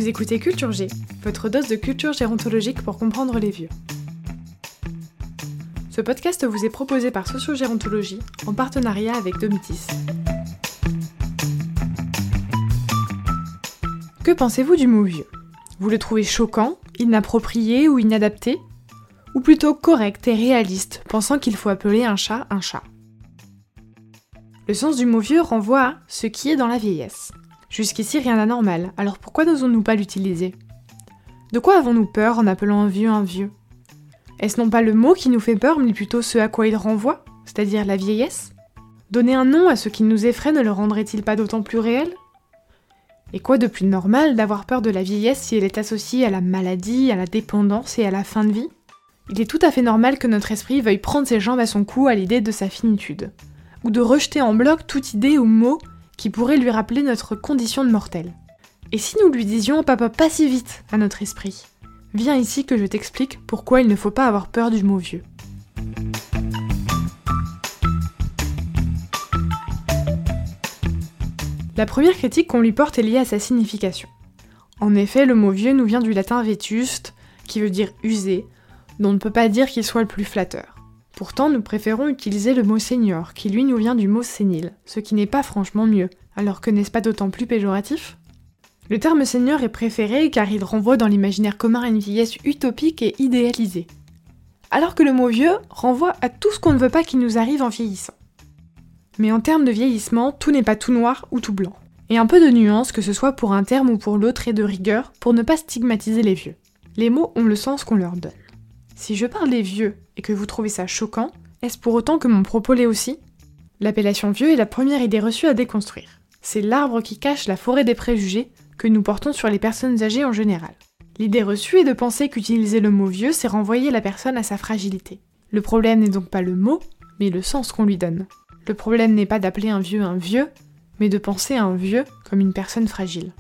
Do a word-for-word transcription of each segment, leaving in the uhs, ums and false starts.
écoutez Culture G, votre dose de culture gérontologique pour comprendre les vieux. Ce podcast vous est proposé par Sociogérontologie en partenariat avec Domitis. Que pensez-vous du mot vieux ? Vous le trouvez choquant, inapproprié ou inadapté ? Ou plutôt correct et réaliste, pensant qu'il faut appeler un chat un chat ? Le sens du mot vieux renvoie à ce qui est dans la vieillesse. Jusqu'ici, rien d'anormal, alors pourquoi n'osons-nous pas l'utiliser ? De quoi avons-nous peur en appelant un vieux un vieux ? Est-ce non pas le mot qui nous fait peur, mais plutôt ce à quoi il renvoie, c'est-à-dire la vieillesse ? Donner un nom à ce qui nous effraie ne le rendrait-il pas d'autant plus réel ? Et quoi de plus normal d'avoir peur de la vieillesse si elle est associée à la maladie, à la dépendance et à la fin de vie ? Il est tout à fait normal que notre esprit veuille prendre ses jambes à son cou à l'idée de sa finitude, ou de rejeter en bloc toute idée ou mot qui pourrait lui rappeler notre condition de mortel. Et si nous lui disions « Papa, pas si vite » à notre esprit ? Viens ici que je t'explique pourquoi il ne faut pas avoir peur du mot vieux. La première critique qu'on lui porte est liée à sa signification. En effet, le mot vieux nous vient du latin vétuste, qui veut dire usé, dont on ne peut pas dire qu'il soit le plus flatteur. Pourtant, nous préférons utiliser le mot senior, qui lui nous vient du mot sénile, ce qui n'est pas franchement mieux, alors que n'est-ce pas d'autant plus péjoratif ? Le terme senior est préféré car il renvoie dans l'imaginaire commun à une vieillesse utopique et idéalisée, alors que le mot vieux renvoie à tout ce qu'on ne veut pas qu'il nous arrive en vieillissant. Mais en termes de vieillissement, tout n'est pas tout noir ou tout blanc. Et un peu de nuance, que ce soit pour un terme ou pour l'autre, et de rigueur, pour ne pas stigmatiser les vieux. Les mots ont le sens qu'on leur donne. Si je parle des vieux et que vous trouvez ça choquant, est-ce pour autant que mon propos l'est aussi ? L'appellation vieux est la première idée reçue à déconstruire. C'est l'arbre qui cache la forêt des préjugés que nous portons sur les personnes âgées en général. L'idée reçue est de penser qu'utiliser le mot vieux, c'est renvoyer la personne à sa fragilité. Le problème n'est donc pas le mot, mais le sens qu'on lui donne. Le problème n'est pas d'appeler un vieux un vieux, mais de penser à un vieux comme une personne fragile.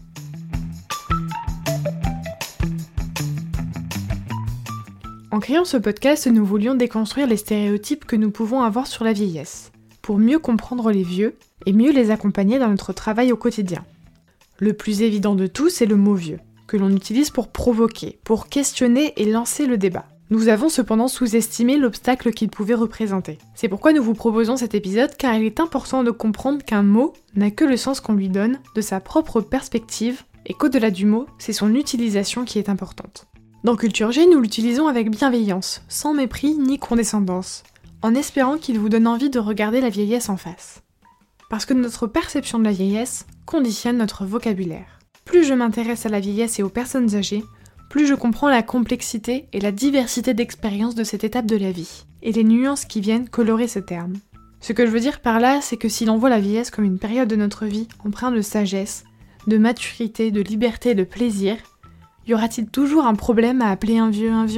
En créant ce podcast, nous voulions déconstruire les stéréotypes que nous pouvons avoir sur la vieillesse, pour mieux comprendre les vieux et mieux les accompagner dans notre travail au quotidien. Le plus évident de tous, c'est le mot vieux, que l'on utilise pour provoquer, pour questionner et lancer le débat. Nous avons cependant sous-estimé l'obstacle qu'il pouvait représenter. C'est pourquoi nous vous proposons cet épisode, car il est important de comprendre qu'un mot n'a que le sens qu'on lui donne, de sa propre perspective, et qu'au-delà du mot, c'est son utilisation qui est importante. Dans Culture G, nous l'utilisons avec bienveillance, sans mépris ni condescendance, en espérant qu'il vous donne envie de regarder la vieillesse en face. Parce que notre perception de la vieillesse conditionne notre vocabulaire. Plus je m'intéresse à la vieillesse et aux personnes âgées, plus je comprends la complexité et la diversité d'expériences de cette étape de la vie, et les nuances qui viennent colorer ce terme. Ce que je veux dire par là, c'est que si l'on voit la vieillesse comme une période de notre vie empreinte de sagesse, de maturité, de liberté et de plaisir, y aura-t-il toujours un problème à appeler un vieux un vieux ?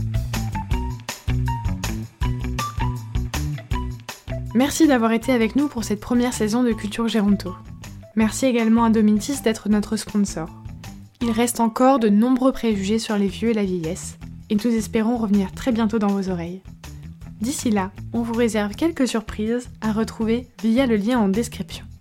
Merci d'avoir été avec nous pour cette première saison de Culture Géronto. Merci également à Domitis d'être notre sponsor. Il reste encore de nombreux préjugés sur les vieux et la vieillesse, et nous espérons revenir très bientôt dans vos oreilles. D'ici là, on vous réserve quelques surprises à retrouver via le lien en description.